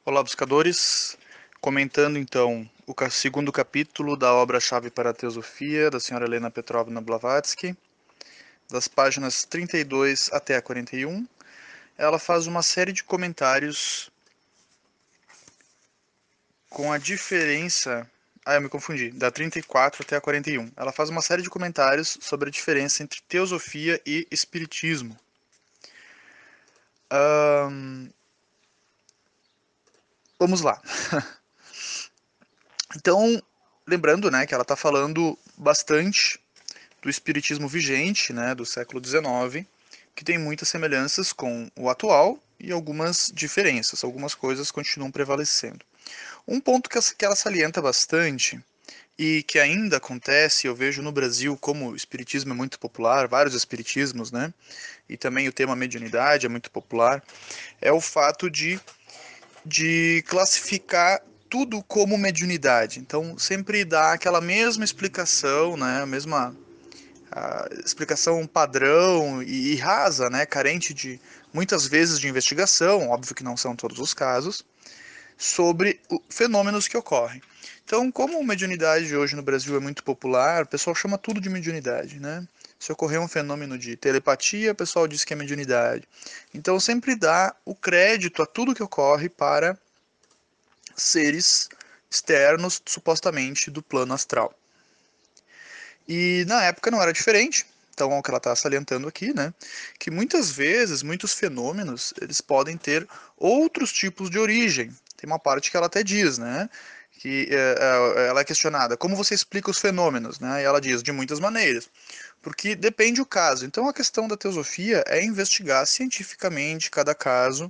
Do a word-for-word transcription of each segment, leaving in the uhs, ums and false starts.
Olá, buscadores. Comentando então o ca- segundo capítulo da obra-chave para a Teosofia, da senhora Helena Petrovna Blavatsky, das páginas trinta e dois até a quarenta e um, ela faz uma série de comentários com a diferença. Ah, eu me confundi, da trinta e quatro até a quarenta e um. Ela faz uma série de comentários sobre a diferença entre teosofia e espiritismo. Ahn, vamos lá. Então, lembrando, né, que ela está falando bastante do espiritismo vigente, né, do século dezenove, que tem muitas semelhanças com o atual e algumas diferenças, algumas coisas continuam prevalecendo. Um ponto que ela salienta bastante e que ainda acontece, eu vejo no Brasil como o espiritismo é muito popular, vários espiritismos, né, e também o tema mediunidade é muito popular, é o fato de, de classificar tudo como mediunidade. Então, sempre dá aquela mesma explicação, né, a mesma a explicação padrão e, e rasa, né, carente de muitas vezes de investigação, óbvio que não são todos os casos, sobre o, fenômenos que ocorrem. Então, como a mediunidade hoje no Brasil é muito popular, o pessoal chama tudo de mediunidade, né? Se ocorrer um fenômeno de telepatia, o pessoal diz que é mediunidade. Então, sempre dá o crédito a tudo que ocorre para seres externos, supostamente do plano astral. E na época não era diferente. Então, é o que ela está salientando aqui, né? Que muitas vezes, muitos fenômenos, eles podem ter outros tipos de origem. Tem uma parte que ela até diz, né? Que é, é, ela é questionada, como você explica os fenômenos, né? E ela diz, de muitas maneiras. Porque depende o caso. Então, a questão da teosofia é investigar cientificamente cada caso,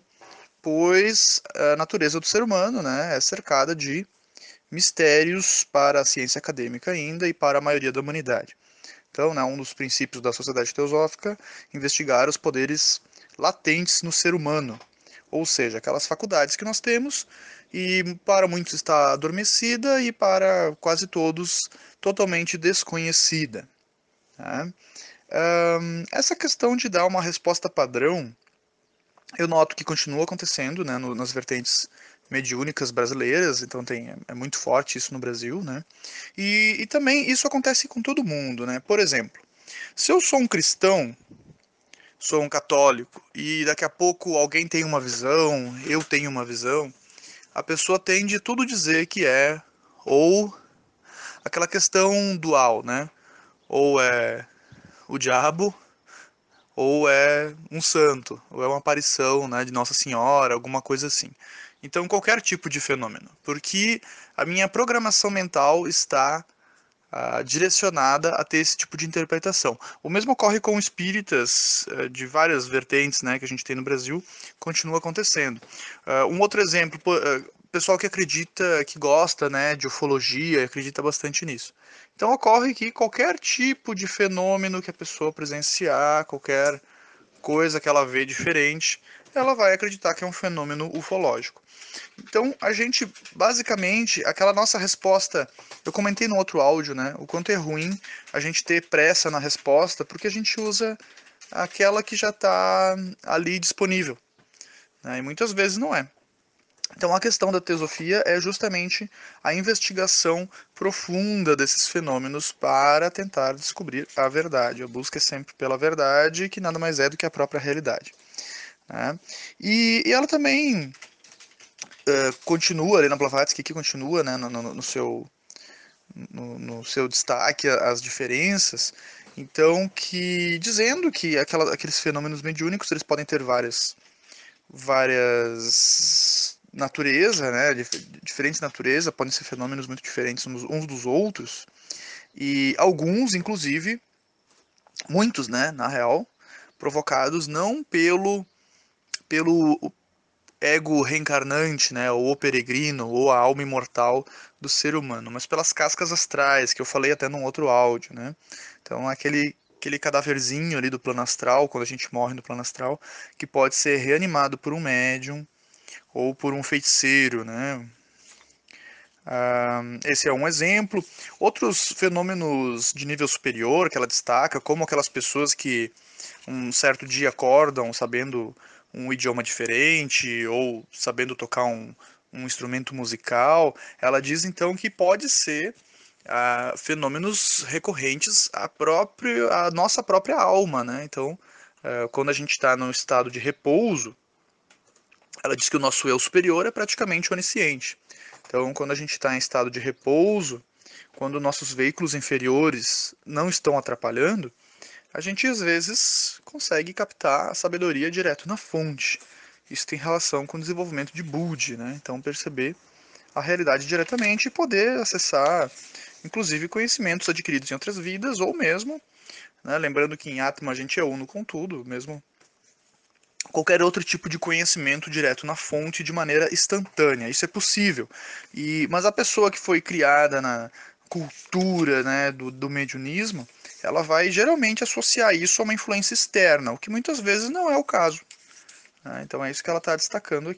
pois a natureza do ser humano, né, é cercada de mistérios para a ciência acadêmica ainda e para a maioria da humanidade. Então, né, um dos princípios da sociedade teosófica, investigar os poderes latentes no ser humano, ou seja, aquelas faculdades que nós temos e para muitos está adormecida e para quase todos totalmente desconhecida. Tá? Um, essa questão de dar uma resposta padrão, eu noto que continua acontecendo, né, no, nas vertentes mediúnicas brasileiras, então tem, é muito forte isso no Brasil, né? E, e também isso acontece com todo mundo, né? Por exemplo, se eu sou um cristão, sou um católico, e daqui a pouco alguém tem uma visão, eu tenho uma visão, a pessoa tende a tudo dizer que é, ou aquela questão dual, né? Ou é o diabo, ou é um santo, ou é uma aparição, né, de Nossa Senhora, alguma coisa assim. Então, qualquer tipo de fenômeno, porque a minha programação mental está ah, direcionada a ter esse tipo de interpretação. O mesmo ocorre com espíritas eh, de várias vertentes, né, que a gente tem no Brasil, continua acontecendo. Ah, um outro exemplo, pô, eh, pessoal que acredita, que gosta, né, de ufologia, acredita bastante nisso. Então ocorre que qualquer tipo de fenômeno que a pessoa presenciar, qualquer coisa que ela vê diferente, ela vai acreditar que é um fenômeno ufológico. Então, a gente, basicamente, aquela nossa resposta, eu comentei no outro áudio, né, o quanto é ruim a gente ter pressa na resposta, porque a gente usa aquela que já está ali disponível, né, e muitas vezes não é. Então, a questão da teosofia é justamente a investigação profunda desses fenômenos para tentar descobrir a verdade. A busca é sempre pela verdade, que nada mais é do que a própria realidade. Né? E, e ela também uh, continua, a Helena Blavatsky que continua né, no, no, no, seu, no, no seu destaque as diferenças, então que dizendo que aquela, aqueles fenômenos mediúnicos eles podem ter várias várias natureza, né, dif diferentes naturezas, podem ser fenômenos muito diferentes uns, uns dos outros e alguns, inclusive, muitos, né, na real, provocados não pelo pelo ego reencarnante, né, ou o peregrino, ou a alma imortal do ser humano, mas pelas cascas astrais, que eu falei até num outro áudio, né? Então, aquele aquele cadáverzinho ali do plano astral, quando a gente morre no plano astral, que pode ser reanimado por um médium ou por um feiticeiro, né? Ah, esse é um exemplo. Outros fenômenos de nível superior que ela destaca, como aquelas pessoas que um certo dia acordam sabendo um idioma diferente ou sabendo tocar um, um instrumento musical, ela diz então que pode ser ah, fenômenos recorrentes à, própria, à nossa própria alma, né? Então, ah, quando a gente está num estado de repouso, ela diz que o nosso eu superior é praticamente onisciente. Então, quando a gente está em estado de repouso, quando nossos veículos inferiores não estão atrapalhando, a gente às vezes consegue captar a sabedoria direto na fonte. Isso tem relação com o desenvolvimento de Budi, né? Então, perceber a realidade diretamente e poder acessar, inclusive, conhecimentos adquiridos em outras vidas, ou mesmo, né, lembrando que em Atma a gente é uno com tudo, mesmo qualquer outro tipo de conhecimento direto na fonte de maneira instantânea. Isso é possível. E, mas a pessoa que foi criada na cultura, né, do, do mediunismo, ela vai geralmente associar isso a uma influência externa, o que muitas vezes não é o caso. Né? Então é isso que ela está destacando aqui.